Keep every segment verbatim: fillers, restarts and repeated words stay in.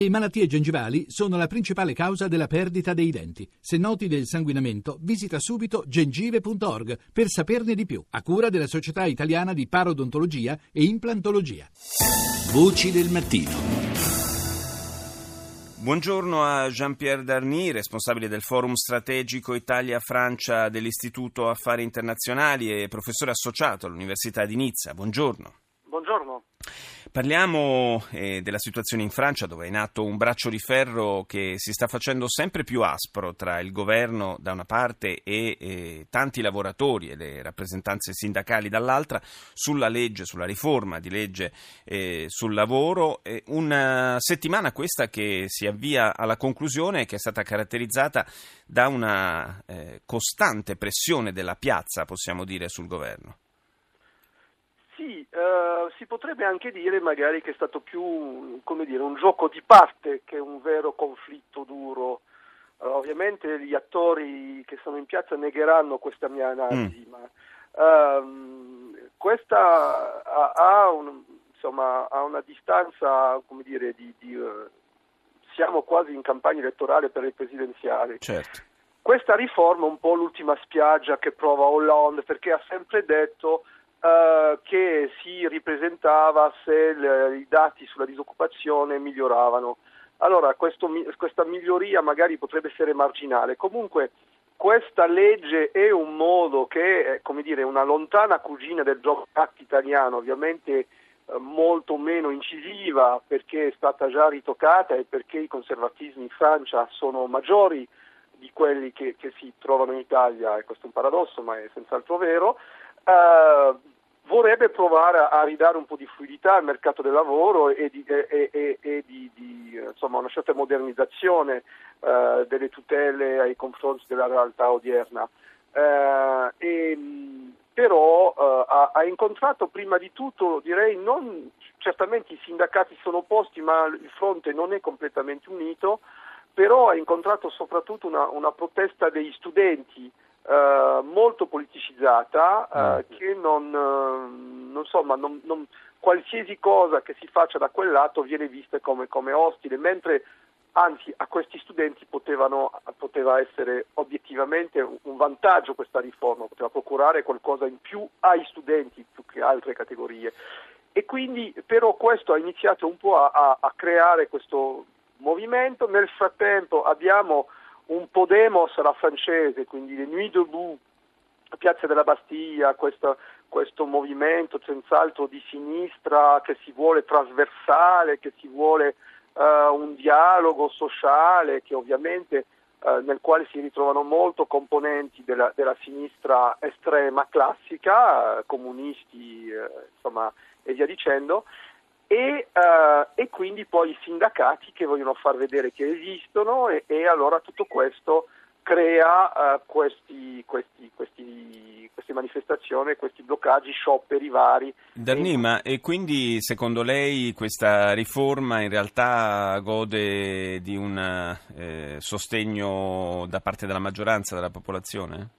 Le malattie gengivali sono la principale causa della perdita dei denti. Se noti del sanguinamento, visita subito gengive punto org per saperne di più, a cura della Società Italiana di Parodontologia e Implantologia. Voci del mattino. Buongiorno a Jean-Pierre Darny, responsabile del Forum Strategico Italia-Francia dell'Istituto Affari Internazionali e professore associato all'Università di Nizza. Buongiorno. Buongiorno. Parliamo eh, della situazione in Francia, dove è in atto un braccio di ferro che si sta facendo sempre più aspro tra il governo da una parte e eh, tanti lavoratori e le rappresentanze sindacali dall'altra sulla legge, sulla riforma di legge eh, sul lavoro. Eh, una settimana questa che si avvia alla conclusione e che è stata caratterizzata da una eh, costante pressione della piazza, possiamo dire, sul governo. Sì, uh, si potrebbe anche dire magari che è stato più, come dire, un gioco di parte che un vero conflitto duro. Uh, ovviamente gli attori che sono in piazza negheranno questa mia analisi, mm. ma uh, questa ha, ha, un, insomma, ha una distanza, come dire, di, di uh, siamo quasi in campagna elettorale per le presidenziali. Certo. Questa riforma è un po' l'ultima spiaggia che prova Hollande, perché ha sempre detto Uh, che si ripresentava se le, i dati sulla disoccupazione miglioravano. Allora questo, questa miglioria magari potrebbe essere marginale. Comunque questa legge è un modo che è, come dire, una lontana cugina del Jobs Act italiano, ovviamente uh, molto meno incisiva perché è stata già ritoccata e perché i conservatismi in Francia sono maggiori di quelli che, che si trovano in Italia, e questo è un paradosso ma è senz'altro vero. Uh, vorrebbe provare a, a ridare un po' di fluidità al mercato del lavoro e di, e, e, e di, di insomma una certa modernizzazione uh, delle tutele ai confronti della realtà odierna. Uh, e, però uh, ha, ha incontrato prima di tutto, direi, non certamente i sindacati sono opposti, ma il fronte non è completamente unito, però ha incontrato soprattutto una, una protesta degli studenti Uh, molto politicizzata, uh, che non, uh, non so, ma non, non, qualsiasi cosa che si faccia da quel lato viene vista come, come ostile, mentre anzi a questi studenti potevano, poteva essere obiettivamente un, un vantaggio questa riforma, poteva procurare qualcosa in più ai studenti più che altre categorie. E quindi però questo ha iniziato un po' a, a, a creare questo movimento. Nel frattempo abbiamo un Podemos alla francese, quindi le Nuits debout, Piazza della Bastiglia, questo, questo movimento senz'altro di sinistra che si vuole trasversale, che si vuole uh, un dialogo sociale, che ovviamente uh, nel quale si ritrovano molto componenti della, della sinistra estrema classica, uh, comunisti, uh, insomma, e via dicendo. E, uh, e quindi poi i sindacati che vogliono far vedere che esistono e, e allora tutto questo crea uh, questi, questi, questi, queste manifestazioni, questi bloccaggi, scioperi vari. Darny, e... ma e quindi secondo lei questa riforma in realtà gode di un eh, sostegno da parte della maggioranza della popolazione?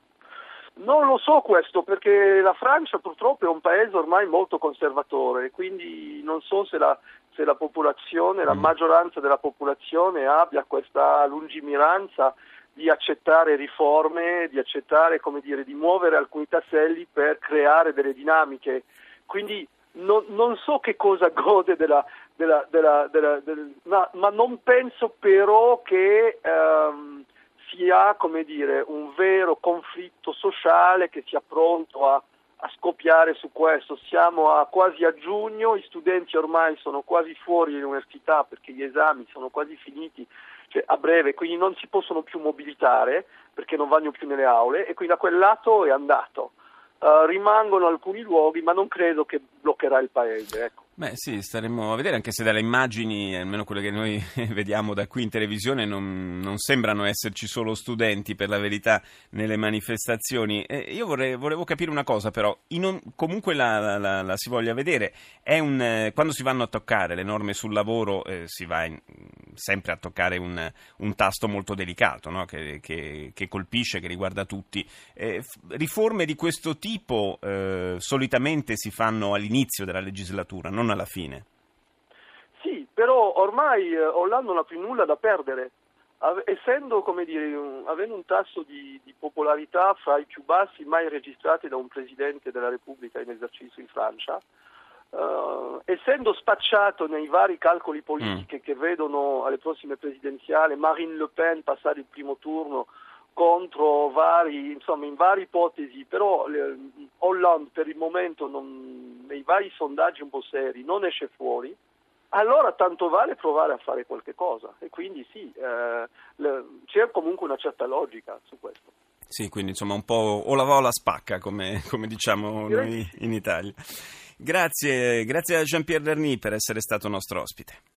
Non lo so questo, perché la Francia purtroppo è un paese ormai molto conservatore, quindi non so se la, se la popolazione, la maggioranza della popolazione abbia questa lungimiranza di accettare riforme, di accettare, come dire, di muovere alcuni tasselli per creare delle dinamiche. Quindi non, non so che cosa gode della, della, della, della del, ma, ma non penso però che um, sia, come dire, un vero conflitto sociale che sia pronto a, a scoppiare su questo. Siamo a quasi a giugno, i studenti ormai sono quasi fuori dall'università perché gli esami sono quasi finiti, cioè a breve, quindi non si possono più mobilitare perché non vanno più nelle aule e quindi da quel lato è andato. Uh, rimangono alcuni luoghi, ma non credo che bloccherà il paese, ecco. Beh sì, staremo a vedere, anche se dalle immagini, almeno quelle che noi vediamo da qui in televisione, non, non sembrano esserci solo studenti, per la verità, nelle manifestazioni. Eh, io vorrei, volevo capire una cosa però, in, comunque la, la, la, la si voglia vedere, è un, eh, quando si vanno a toccare le norme sul lavoro eh, si va in, sempre a toccare un, un tasto molto delicato, no? che, che, che colpisce, che riguarda tutti. Eh, riforme di questo tipo eh, solitamente si fanno all'inizio della legislatura, non alla fine. Sì, però ormai eh, Hollande non ha più nulla da perdere. Ave- essendo, come dire, un, avendo un tasso di, di popolarità fra i più bassi mai registrati da un Presidente della Repubblica in esercizio in Francia, Uh, essendo spacciato nei vari calcoli politici mm. che vedono alle prossime presidenziali Marine Le Pen passare il primo turno contro vari, insomma in varie ipotesi, però eh, Hollande per il momento non, nei vari sondaggi un po' seri non esce fuori, allora tanto vale provare a fare qualche cosa, e quindi sì, eh, le, c'è comunque una certa logica su questo. Sì, quindi insomma un po' o la va o la spacca, come, come diciamo noi in Italia. Grazie, grazie a Jean-Pierre Lerny per essere stato nostro ospite.